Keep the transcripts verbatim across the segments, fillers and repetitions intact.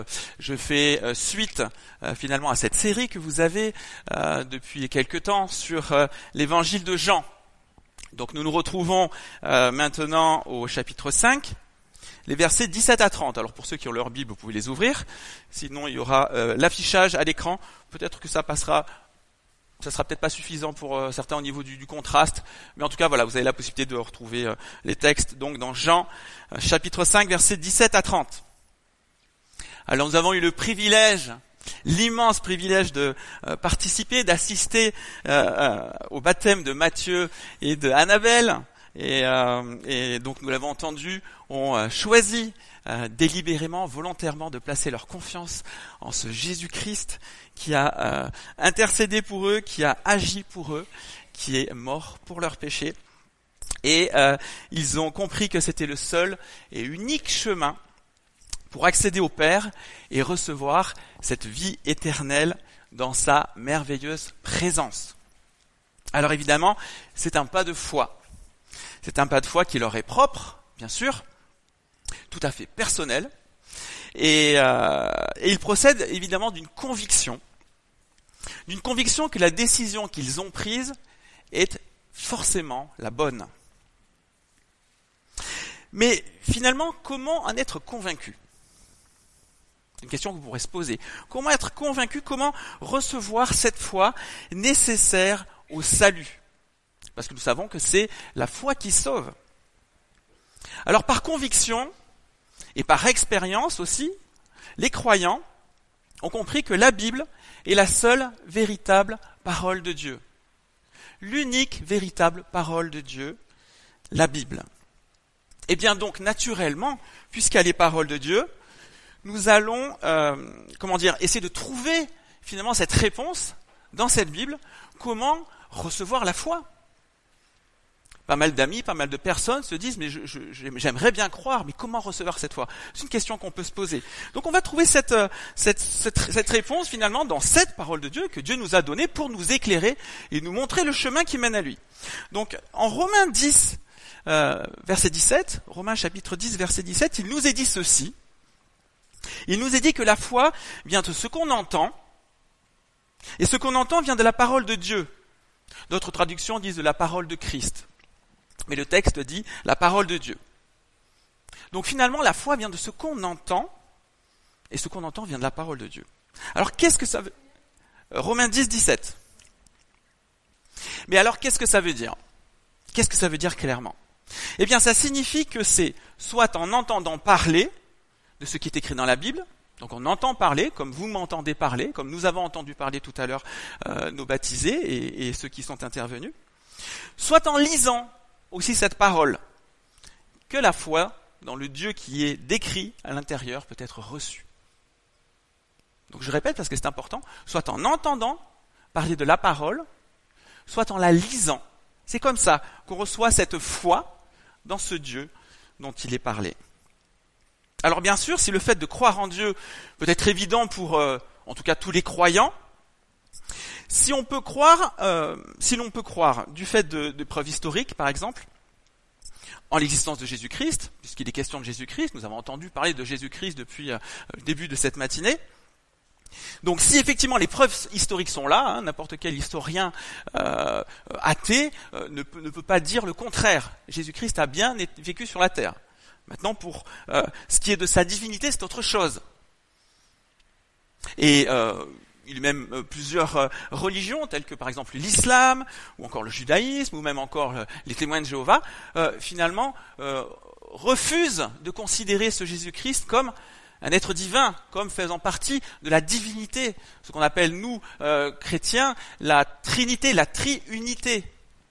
Je fais euh, suite euh, finalement à cette série que vous avez euh, depuis quelque temps sur euh, l'évangile de Jean. Donc nous nous retrouvons euh, maintenant au chapitre cinq, les versets dix-sept à trente. Alors pour ceux qui ont leur Bible, vous pouvez les ouvrir. Sinon il y aura euh, l'affichage à l'écran. Peut-être que ça passera, ça sera peut-être pas suffisant pour euh, certains au niveau du, du contraste. Mais en tout cas voilà, vous avez la possibilité de retrouver euh, les textes donc dans Jean euh, chapitre cinq, versets dix-sept à trente. Alors nous avons eu le privilège, l'immense privilège de euh, participer, d'assister euh, euh, au baptême de Matthieu et de Annabelle. Et, euh, et donc nous l'avons entendu, ont euh, choisi euh, délibérément, volontairement de placer leur confiance en ce Jésus-Christ qui a euh, intercédé pour eux, qui a agi pour eux, qui est mort pour leurs péchés. Et euh, ils ont compris que c'était le seul et unique chemin pour accéder au Père et recevoir cette vie éternelle dans sa merveilleuse présence. Alors évidemment, c'est un pas de foi. C'est un pas de foi qui leur est propre, bien sûr, tout à fait personnel, et, euh, et il procède évidemment d'une conviction, d'une conviction que la décision qu'ils ont prise est forcément la bonne. Mais finalement, comment en être convaincu ? C'est une question que vous pourrez se poser. Comment être convaincu ? Comment recevoir cette foi nécessaire au salut ? Parce que nous savons que c'est la foi qui sauve. Alors par conviction et par expérience aussi, les croyants ont compris que la Bible est la seule véritable parole de Dieu. L'unique véritable parole de Dieu, la Bible. Et bien donc naturellement, puisqu'elle est parole de Dieu, nous allons, euh, comment dire, essayer de trouver finalement cette réponse dans cette Bible. Comment recevoir la foi ? Pas mal d'amis, pas mal de personnes se disent, mais je, je, j'aimerais bien croire, mais comment recevoir cette foi ? C'est une question qu'on peut se poser. Donc on va trouver cette, cette, cette, cette réponse finalement dans cette parole de Dieu que Dieu nous a donnée pour nous éclairer et nous montrer le chemin qui mène à lui. Donc en Romains dix, euh, verset dix-sept, Romains chapitre dix, verset dix-sept, il nous est dit ceci. Il nous est dit que la foi vient de ce qu'on entend, et ce qu'on entend vient de la parole de Dieu. D'autres traductions disent de la parole de Christ. Mais le texte dit la parole de Dieu. Donc finalement, la foi vient de ce qu'on entend, et ce qu'on entend vient de la parole de Dieu. Alors qu'est-ce que ça veut... Romains dix, dix-sept. Mais alors qu'est-ce que ça veut dire ? Qu'est-ce que ça veut dire clairement ? Eh bien ça signifie que c'est soit en entendant parler de ce qui est écrit dans la Bible, donc on entend parler, comme vous m'entendez parler, comme nous avons entendu parler tout à l'heure euh, nos baptisés et, et ceux qui sont intervenus, soit en lisant aussi cette parole, que la foi dans le Dieu qui est décrit à l'intérieur peut être reçue. Donc je répète parce que c'est important, soit en entendant parler de la parole, soit en la lisant. C'est comme ça qu'on reçoit cette foi dans ce Dieu dont il est parlé. Alors bien sûr, si le fait de croire en Dieu peut être évident pour, euh, en tout cas, tous les croyants, si on peut croire, euh, si l'on peut croire du fait de, de preuves historiques, par exemple, en l'existence de Jésus-Christ, puisqu'il est question de Jésus-Christ, nous avons entendu parler de Jésus-Christ depuis euh, le début de cette matinée. Donc si effectivement les preuves historiques sont là, hein, n'importe quel historien euh, athée euh, ne, peut, ne peut pas dire le contraire. Jésus-Christ a bien vécu sur la terre. Maintenant, pour euh, ce qui est de sa divinité, c'est autre chose. Et euh, il y a même euh, plusieurs euh, religions, telles que par exemple l'islam, ou encore le judaïsme, ou même encore euh, les témoins de Jéhovah, euh, finalement euh, refusent de considérer ce Jésus-Christ comme un être divin, comme faisant partie de la divinité, ce qu'on appelle nous, euh, chrétiens, la trinité, la triunité.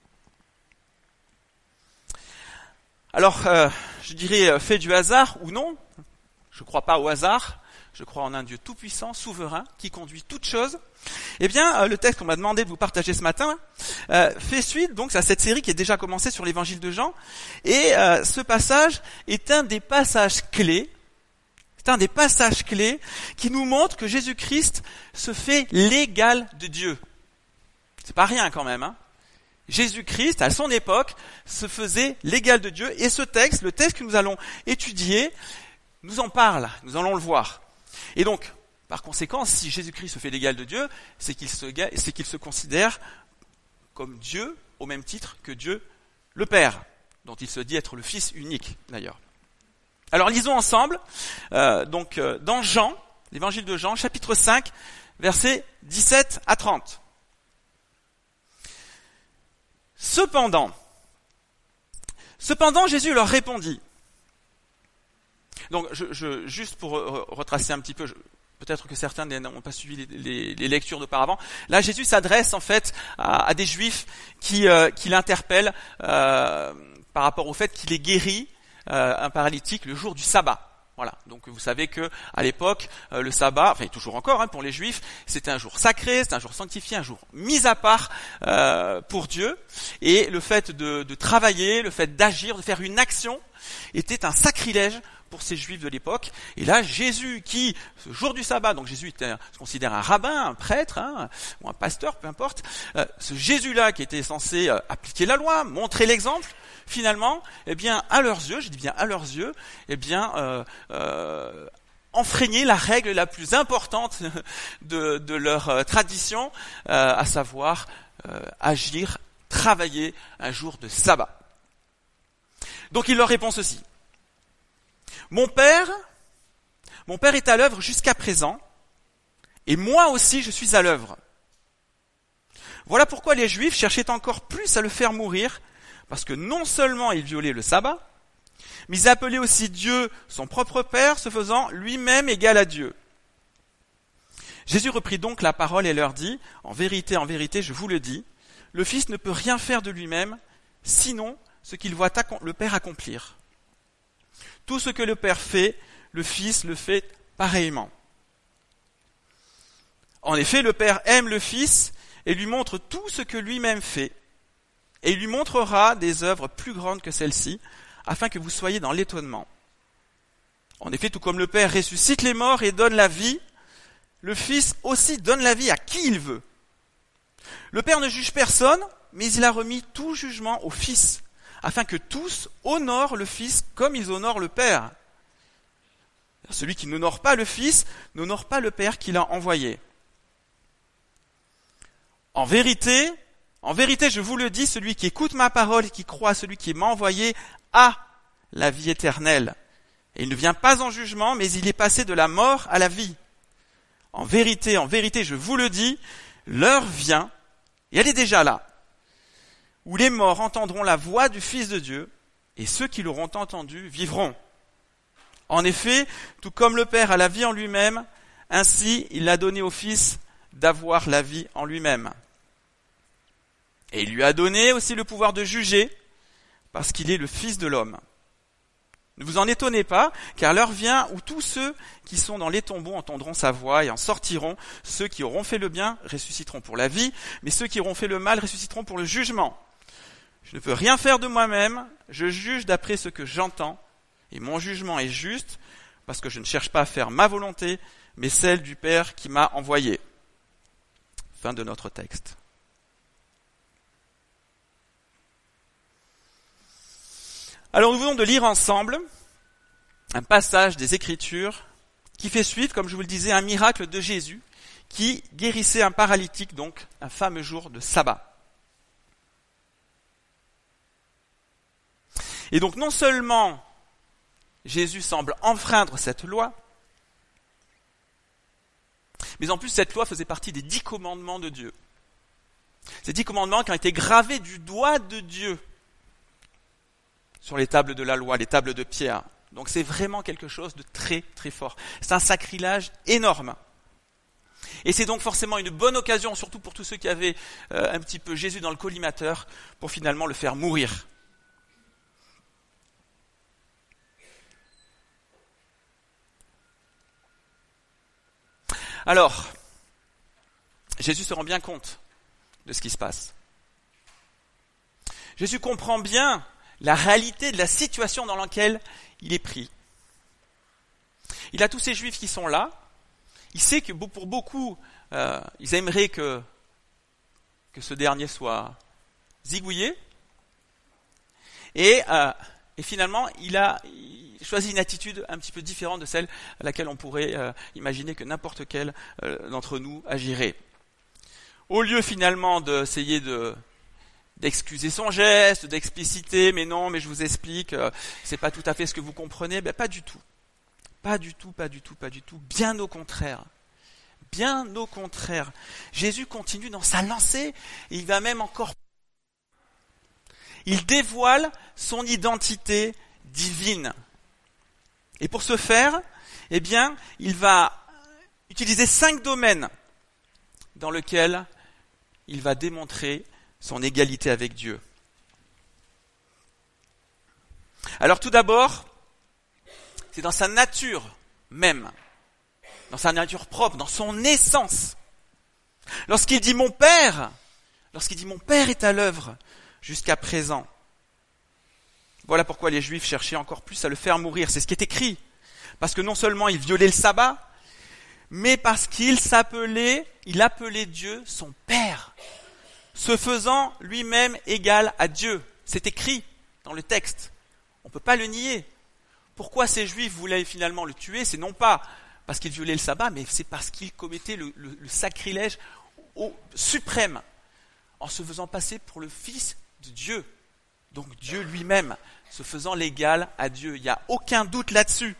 Alors, euh, je dirais fait du hasard ou non, je ne crois pas au hasard, je crois en un Dieu tout-puissant, souverain, qui conduit toutes choses. Eh bien, euh, le texte qu'on m'a demandé de vous partager ce matin euh, fait suite donc à cette série qui est déjà commencée sur l'évangile de Jean, et euh, ce passage est un des passages clés, c'est un des passages clés qui nous montre que Jésus-Christ se fait l'égal de Dieu. C'est pas rien quand même, hein. Jésus-Christ, à son époque, se faisait l'égal de Dieu. Et ce texte, le texte que nous allons étudier, nous en parle. Nous allons le voir. Et donc, par conséquent, si Jésus-Christ se fait l'égal de Dieu, c'est qu'il se, c'est qu'il se considère comme Dieu au même titre que Dieu le Père, dont il se dit être le Fils unique d'ailleurs. Alors lisons ensemble, euh, donc euh, dans Jean, l'évangile de Jean, chapitre cinq, versets dix-sept à trente. Cependant, cependant Jésus leur répondit. Donc je, je, juste pour retracer un petit peu, je, peut-être que certains n'ont pas suivi les, les, les lectures d'auparavant. Là, Jésus s'adresse en fait à, à des Juifs qui, euh, qui l'interpellent euh, par rapport au fait qu'il ait guéri euh, un paralytique le jour du sabbat. Voilà. Donc vous savez que à l'époque, euh, le sabbat, enfin toujours encore hein, pour les Juifs, c'était un jour sacré, c'était un jour sanctifié, un jour mis à part euh, pour Dieu. Et le fait de, de travailler, le fait d'agir, de faire une action, était un sacrilège pour ces Juifs de l'époque. Et là, Jésus, qui, ce jour du sabbat, donc Jésus était, se considère un rabbin, un prêtre, hein, ou un pasteur, peu importe, euh, ce Jésus-là qui était censé euh, appliquer la loi, montrer l'exemple, finalement, eh bien, à leurs yeux, je dis bien à leurs yeux, eh bien, euh, euh, enfreigner la règle la plus importante de, de leur euh, tradition, euh, à savoir euh, agir, travailler un jour de sabbat. Donc il leur répond ceci. Mon père, mon père est à l'œuvre jusqu'à présent, et moi aussi je suis à l'œuvre. Voilà pourquoi les Juifs cherchaient encore plus à le faire mourir, parce que non seulement il violait le sabbat, mais il appelait aussi Dieu son propre Père, se faisant lui-même égal à Dieu. Jésus reprit donc la parole et leur dit, en vérité, en vérité, je vous le dis, le Fils ne peut rien faire de lui-même, sinon ce qu'il voit le Père accomplir. Tout ce que le Père fait, le Fils le fait pareillement. En effet, le Père aime le Fils et lui montre tout ce que lui-même fait. Et il lui montrera des œuvres plus grandes que celles-ci, afin que vous soyez dans l'étonnement. En effet, tout comme le Père ressuscite les morts et donne la vie, le Fils aussi donne la vie à qui il veut. Le Père ne juge personne, mais il a remis tout jugement au Fils, afin que tous honorent le Fils comme ils honorent le Père. Celui qui n'honore pas le Fils n'honore pas le Père qui l'a envoyé. En vérité, en vérité, je vous le dis, celui qui écoute ma parole et qui croit à celui qui m'a envoyé a la vie éternelle. Et il ne vient pas en jugement, mais il est passé de la mort à la vie. En vérité, en vérité, je vous le dis, l'heure vient, et elle est déjà là, où les morts entendront la voix du Fils de Dieu, et ceux qui l'auront entendu vivront. En effet, tout comme le Père a la vie en lui-même, ainsi il l'a donné au Fils d'avoir la vie en lui-même. Et il lui a donné aussi le pouvoir de juger, parce qu'il est le Fils de l'homme. Ne vous en étonnez pas, car l'heure vient où tous ceux qui sont dans les tombeaux entendront sa voix et en sortiront. Ceux qui auront fait le bien ressusciteront pour la vie, mais ceux qui auront fait le mal ressusciteront pour le jugement. Je ne peux rien faire de moi-même, je juge d'après ce que j'entends, et mon jugement est juste, parce que je ne cherche pas à faire ma volonté, mais celle du Père qui m'a envoyé. Fin de notre texte. Alors nous venons de lire ensemble un passage des Écritures qui fait suite, comme je vous le disais, à un miracle de Jésus qui guérissait un paralytique, donc un fameux jour de sabbat. Et donc non seulement Jésus semble enfreindre cette loi, mais en plus cette loi faisait partie des dix commandements de Dieu. Ces dix commandements qui ont été gravés du doigt de Dieu sur les tables de la loi, les tables de pierre. Donc c'est vraiment quelque chose de très très fort. C'est un sacrilège énorme. Et c'est donc forcément une bonne occasion, surtout pour tous ceux qui avaient euh, un petit peu Jésus dans le collimateur, pour finalement le faire mourir. Alors, Jésus se rend bien compte de ce qui se passe. Jésus comprend bien la réalité de la situation dans laquelle il est pris. Il a tous ces Juifs qui sont là. Il sait que pour beaucoup, euh, ils aimeraient que, que ce dernier soit zigouillé. Et euh, et finalement, il a il choisi une attitude un petit peu différente de celle à laquelle on pourrait euh, imaginer que n'importe quel euh, d'entre nous agirait. Au lieu finalement d'essayer de d'excuser son geste, d'expliciter, mais non, mais je vous explique, euh, c'est pas tout à fait ce que vous comprenez, ben pas du tout. Pas du tout, pas du tout, pas du tout. Bien au contraire. Bien au contraire. Jésus continue dans sa lancée, et il va même encore. Il dévoile son identité divine. Et pour ce faire, eh bien, il va utiliser cinq domaines dans lesquels il va démontrer son égalité avec Dieu. Alors tout d'abord, c'est dans sa nature même, dans sa nature propre, dans son essence. Lorsqu'il dit « mon Père », lorsqu'il dit « mon Père est à l'œuvre jusqu'à présent », voilà pourquoi les Juifs cherchaient encore plus à le faire mourir. C'est ce qui est écrit. Parce que non seulement il violait le sabbat, mais parce qu'il s'appelait, il appelait Dieu son Père, se faisant lui-même égal à Dieu. C'est écrit dans le texte. On ne peut pas le nier. Pourquoi ces Juifs voulaient finalement le tuer ? C'est non pas parce qu'il violait le sabbat, mais c'est parce qu'il commettait le, le, le sacrilège au suprême, en se faisant passer pour le Fils de Dieu. Donc Dieu lui-même, se faisant l'égal à Dieu. Il n'y a aucun doute là-dessus.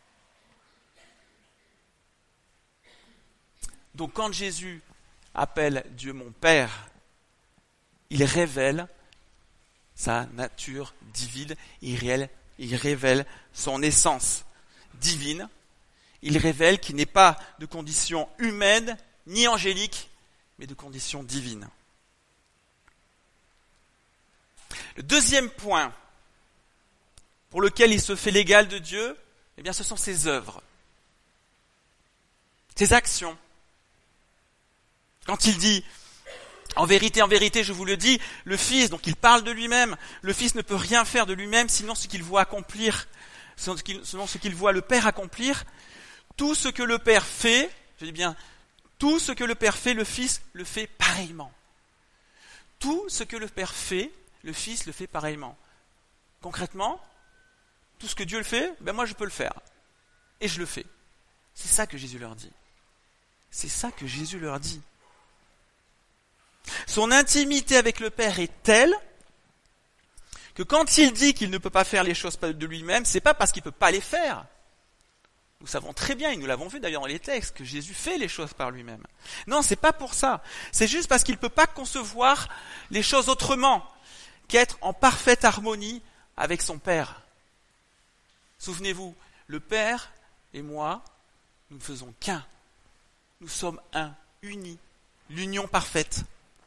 Donc quand Jésus appelle Dieu mon Père, il révèle sa nature divine, il révèle, il révèle son essence divine, il révèle qu'il n'est pas de condition humaine ni angélique, mais de condition divine. Le deuxième point pour lequel il se fait l'égal de Dieu, eh bien, ce sont ses œuvres, ses actions. Quand il dit « En vérité, en vérité, je vous le dis », le Fils, donc il parle de lui-même, le Fils ne peut rien faire de lui-même sinon ce qu'il voit accomplir, sinon ce qu'il voit le Père accomplir. Tout ce que le Père fait, je dis bien, tout ce que le Père fait, le Fils le fait pareillement. Tout ce que le Père fait, le Fils le fait pareillement. Concrètement, tout ce que Dieu le fait, ben moi je peux le faire. Et je le fais. C'est ça que Jésus leur dit. C'est ça que Jésus leur dit. Son intimité avec le Père est telle que quand il dit qu'il ne peut pas faire les choses de lui-même, c'est pas parce qu'il ne peut pas les faire. Nous savons très bien, et nous l'avons vu d'ailleurs dans les textes, que Jésus fait les choses par lui-même. Non, c'est pas pour ça. C'est juste parce qu'il ne peut pas concevoir les choses autrement qu'être en parfaite harmonie avec son Père. Souvenez-vous, le Père et moi, nous ne faisons qu'un. Nous sommes un, unis, l'union parfaite.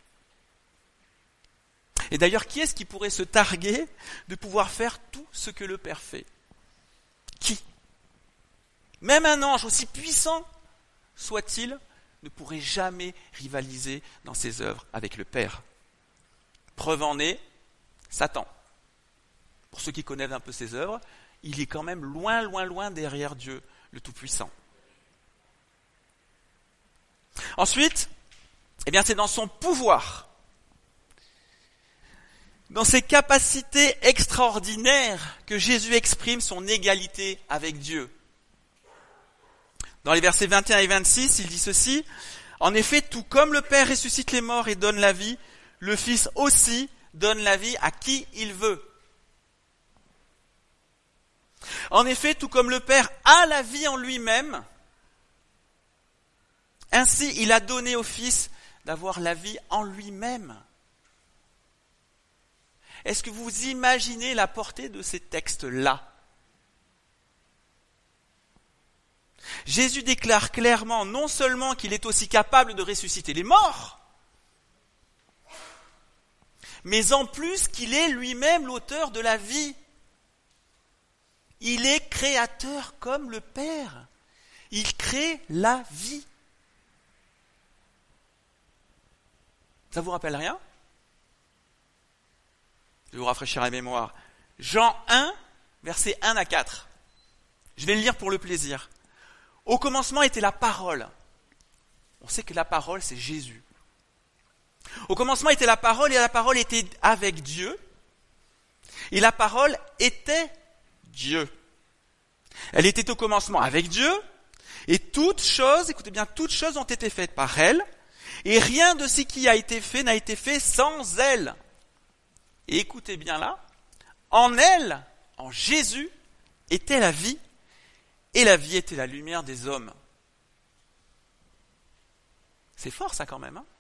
Et d'ailleurs, qui est-ce qui pourrait se targuer de pouvoir faire tout ce que le Père fait ? Qui ? Même un ange, aussi puissant soit-il, ne pourrait jamais rivaliser dans ses œuvres avec le Père. Preuve en est, Satan. Pour ceux qui connaissent un peu ses œuvres, il est quand même loin, loin, loin derrière Dieu, le Tout-Puissant. Ensuite, eh bien, c'est dans son pouvoir, dans ses capacités extraordinaires que Jésus exprime son égalité avec Dieu. Dans les versets vingt et un et vingt-six, il dit ceci, « En effet, tout comme le Père ressuscite les morts et donne la vie, le Fils aussi donne la vie à qui il veut. En effet, tout comme le Père a la vie en lui-même, ainsi il a donné au Fils d'avoir la vie en lui-même. » Est-ce que vous imaginez la portée de ces textes-là ? Jésus déclare clairement non seulement qu'il est aussi capable de ressusciter les morts, mais en plus qu'il est lui-même l'auteur de la vie. Il est créateur comme le Père. Il crée la vie. Ça vous rappelle rien ? Je vais vous rafraîchir la mémoire. Jean un, versets un à quatre. Je vais le lire pour le plaisir. Au commencement était la parole. On sait que la parole, c'est Jésus. Au commencement était la parole, et la parole était avec Dieu. Et la parole était Dieu. Elle était au commencement avec Dieu, et toutes choses, écoutez bien, toutes choses ont été faites par elle, et rien de ce qui a été fait n'a été fait sans elle. Et écoutez bien là, en elle, en Jésus, était la vie, et la vie était la lumière des hommes. C'est fort ça quand même, hein?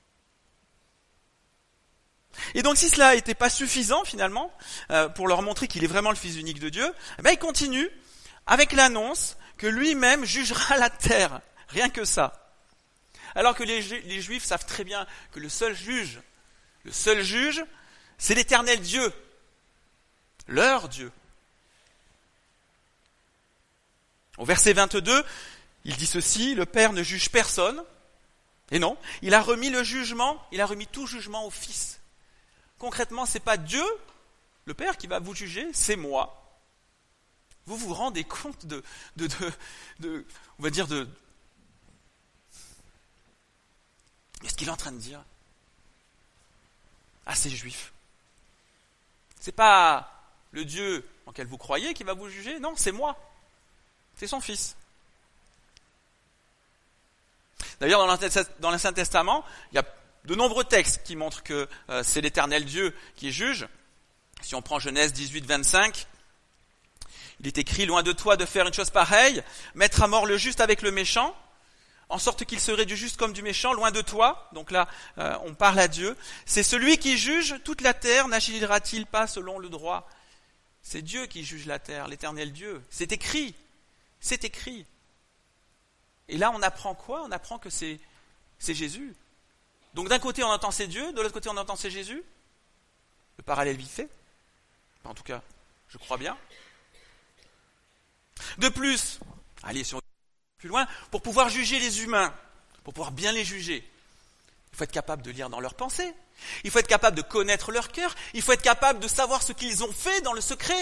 Et donc si cela n'était pas suffisant finalement, euh, pour leur montrer qu'il est vraiment le Fils unique de Dieu, eh bien, il continue avec l'annonce que lui-même jugera la terre. Rien que ça. Alors que les, Ju- les Juifs savent très bien que le seul juge, le seul juge, c'est l'éternel Dieu. Leur Dieu. Au verset vingt-deux, il dit ceci, le Père ne juge personne. Et non, il a remis le jugement, il a remis tout jugement au Fils. Concrètement, c'est pas Dieu, le Père, qui va vous juger, c'est moi. Vous vous rendez compte de, de, de, de on va dire de, de ce qu'il est en train de dire à ces Juifs. C'est pas le Dieu en lequel vous croyez qui va vous juger, non, c'est moi. C'est son Fils. D'ailleurs, dans l'Ancien Testament, il y a de nombreux textes qui montrent que euh, c'est l'Éternel Dieu qui juge. Si on prend Genèse dix-huit, vingt-cinq, il est écrit « Loin de toi de faire une chose pareille, mettre à mort le juste avec le méchant, en sorte qu'il serait du juste comme du méchant, loin de toi. » Donc là, euh, on parle à Dieu. « C'est celui qui juge toute la terre, n'agira-t-il pas selon le droit ?» C'est Dieu qui juge la terre, l'Éternel Dieu. C'est écrit. C'est écrit. Et là, on apprend quoi? On apprend que c'est, c'est Jésus. Donc d'un côté, on entend c'est Dieu, de l'autre côté, on entend c'est Jésus. Le parallèle vite fait. En tout cas, je crois bien. De plus, allez, si on va plus loin, pour pouvoir juger les humains, pour pouvoir bien les juger, il faut être capable de lire dans leurs pensées. Il faut être capable de connaître leur cœur. Il faut être capable de savoir ce qu'ils ont fait dans le secret.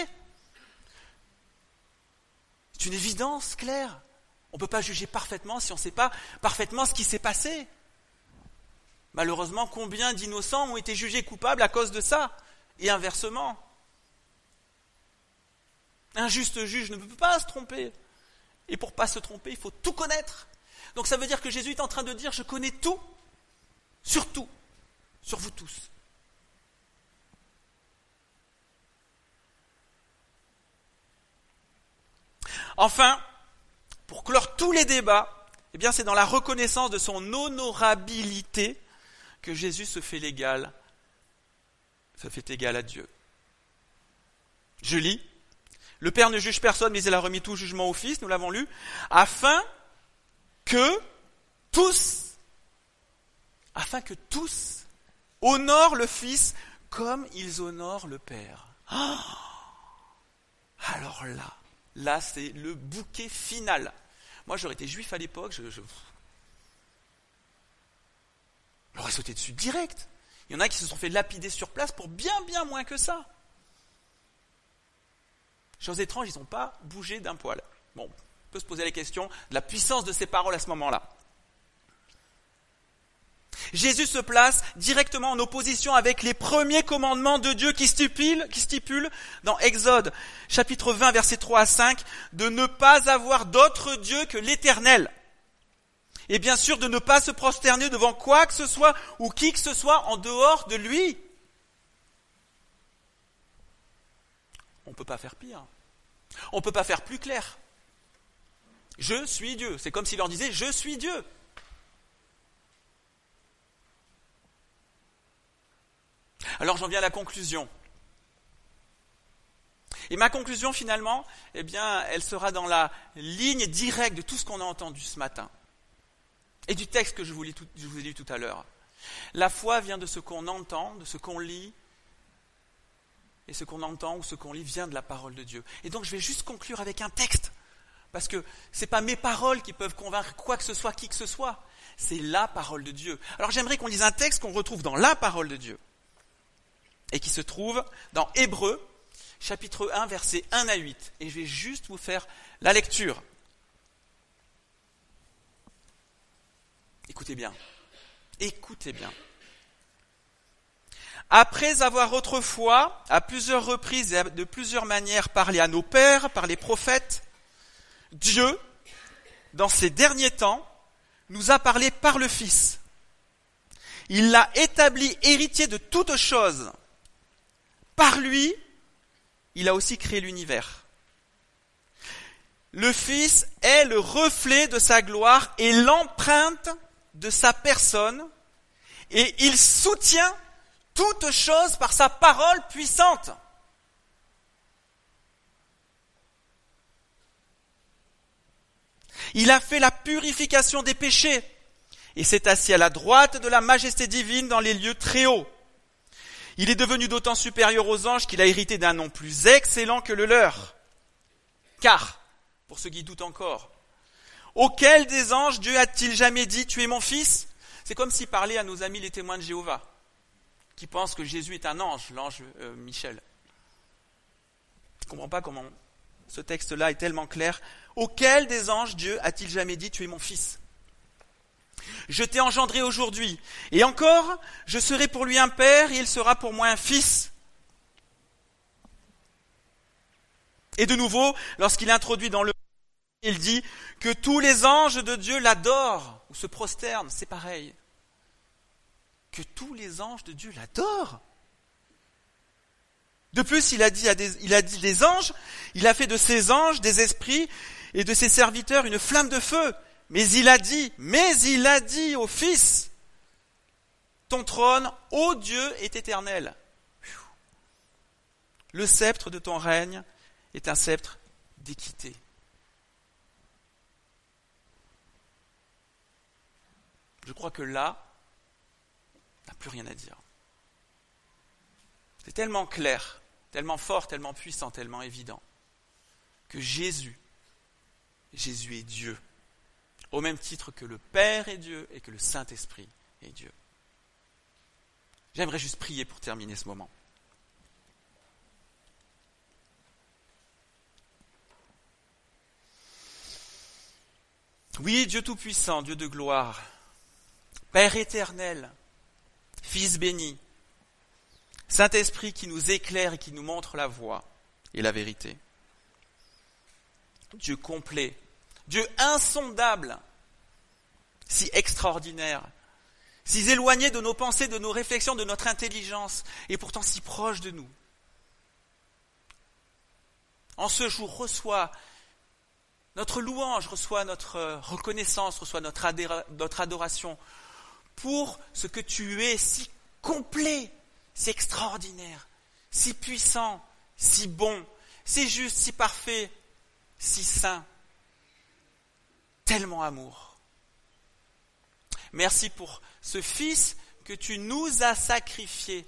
C'est une évidence claire. On ne peut pas juger parfaitement si on ne sait pas parfaitement ce qui s'est passé. Malheureusement, combien d'innocents ont été jugés coupables à cause de ça? Et inversement. Un juste juge ne peut pas se tromper. Et pour ne pas se tromper, il faut tout connaître. Donc ça veut dire que Jésus est en train de dire, je connais tout, sur tout, sur vous tous. Enfin, pour clore tous les débats, eh bien c'est dans la reconnaissance de son honorabilité que Jésus se fait l'égal, se fait égal à Dieu. Je lis. Le Père ne juge personne, mais il a remis tout jugement au Fils, nous l'avons lu, afin que tous, afin que tous honorent le Fils comme ils honorent le Père. Oh, alors là, là c'est le bouquet final. Moi j'aurais été juif à l'époque, je, je... j'aurais sauté dessus direct. Il y en a qui se sont fait lapider sur place pour bien bien moins que ça. Chose étrange, ils n'ont pas bougé d'un poil. Bon, on peut se poser la question de la puissance de ces paroles à ce moment-là. Jésus se place directement en opposition avec les premiers commandements de Dieu qui stipulent, qui stipulent dans Exode, chapitre vingt, versets trois à cinq, de ne pas avoir d'autre Dieu que l'Éternel. Et bien sûr, de ne pas se prosterner devant quoi que ce soit ou qui que ce soit en dehors de lui. On ne peut pas faire pire. On ne peut pas faire plus clair. Je suis Dieu. C'est comme s'il leur disait, je suis Dieu. Alors j'en viens à la conclusion. Et ma conclusion finalement, eh bien, elle sera dans la ligne directe de tout ce qu'on a entendu ce matin. Et du texte que je vous, lis tout, je vous ai lu tout à l'heure. La foi vient de ce qu'on entend, de ce qu'on lit. Et ce qu'on entend ou ce qu'on lit vient de la parole de Dieu. Et donc je vais juste conclure avec un texte. Parce que ce n'est pas mes paroles qui peuvent convaincre quoi que ce soit, qui que ce soit. C'est la parole de Dieu. Alors j'aimerais qu'on lise un texte qu'on retrouve dans la parole de Dieu. Et qui se trouve dans Hébreux, chapitre un, versets un à huit. Et je vais juste vous faire la lecture. Écoutez bien. Écoutez bien. Après avoir autrefois, à plusieurs reprises et de plusieurs manières, parlé à nos pères, par les prophètes, Dieu, dans ces derniers temps, nous a parlé par le Fils. Il l'a établi héritier de toutes choses. Par lui, il a aussi créé l'univers. Le Fils est le reflet de sa gloire et l'empreinte de sa personne, et il soutient toutes choses par sa parole puissante. Il a fait la purification des péchés et s'est assis à la droite de la majesté divine dans les lieux très hauts. Il est devenu d'autant supérieur aux anges qu'il a hérité d'un nom plus excellent que le leur. Car, pour ceux qui doutent encore, auquel des anges Dieu a-t-il jamais dit « Tu es mon fils ?» C'est comme s'il parlait à nos amis les témoins de Jéhovah, qui pensent que Jésus est un ange, l'ange euh, Michel. Je ne comprends pas comment ce texte-là est tellement clair. Auquel des anges Dieu a-t-il jamais dit « Tu es mon fils ?» Je t'ai engendré aujourd'hui, et encore, je serai pour lui un père, et il sera pour moi un fils. Et de nouveau, lorsqu'il est introduit dans le monde, il dit que tous les anges de Dieu l'adorent, ou se prosternent, c'est pareil. Que tous les anges de Dieu l'adorent. De plus, il a dit, à des, il a dit des anges, il a fait de ces anges des esprits et de ses serviteurs une flamme de feu. Mais il a dit, mais il a dit au Fils, ton trône, ô Dieu, est éternel. Le sceptre de ton règne est un sceptre d'équité. Je crois que là, on n'a plus rien à dire. C'est tellement clair, tellement fort, tellement puissant, tellement évident, que Jésus, Jésus est Dieu, au même titre que le Père est Dieu et que le Saint-Esprit est Dieu. J'aimerais juste prier pour terminer ce moment. Oui, Dieu Tout-Puissant, Dieu de gloire, Père éternel, Fils béni, Saint-Esprit qui nous éclaire et qui nous montre la voie et la vérité. Dieu complet, Dieu insondable, si extraordinaire, si éloigné de nos pensées, de nos réflexions, de notre intelligence, et pourtant si proche de nous. En ce jour, reçois notre louange, reçois notre reconnaissance, reçois notre, adéra- notre adoration pour ce que tu es, si complet, si extraordinaire, si puissant, si bon, si juste, si parfait, si saint. Tellement amour. Merci pour ce Fils que tu nous as sacrifié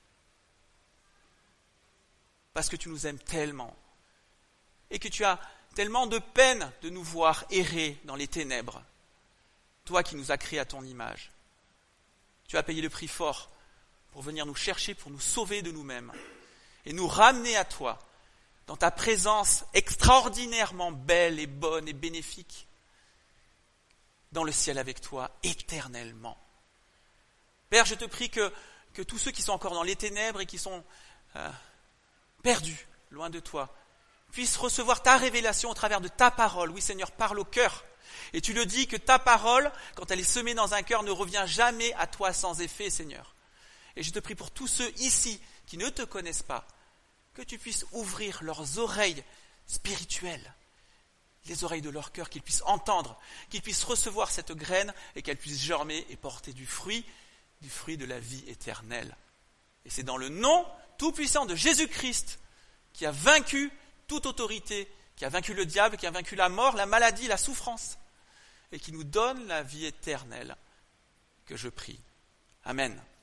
parce que tu nous aimes tellement et que tu as tellement de peine de nous voir errer dans les ténèbres. Toi qui nous as créés à ton image. Tu as payé le prix fort pour venir nous chercher, pour nous sauver de nous-mêmes et nous ramener à toi dans ta présence extraordinairement belle et bonne et bénéfique dans le ciel avec toi éternellement. Père, je te prie que, que tous ceux qui sont encore dans les ténèbres et qui sont euh, perdus loin de toi puissent recevoir ta révélation au travers de ta parole. Oui Seigneur, parle au cœur. Et tu le dis que ta parole, quand elle est semée dans un cœur, ne revient jamais à toi sans effet, Seigneur. Et je te prie pour tous ceux ici qui ne te connaissent pas, que tu puisses ouvrir leurs oreilles spirituelles, les oreilles de leur cœur, qu'ils puissent entendre, qu'ils puissent recevoir cette graine et qu'elle puisse germer et porter du fruit, du fruit de la vie éternelle. Et c'est dans le nom tout-puissant de Jésus-Christ qui a vaincu toute autorité, qui a vaincu le diable, qui a vaincu la mort, la maladie, la souffrance, et qui nous donne la vie éternelle, que je prie. Amen.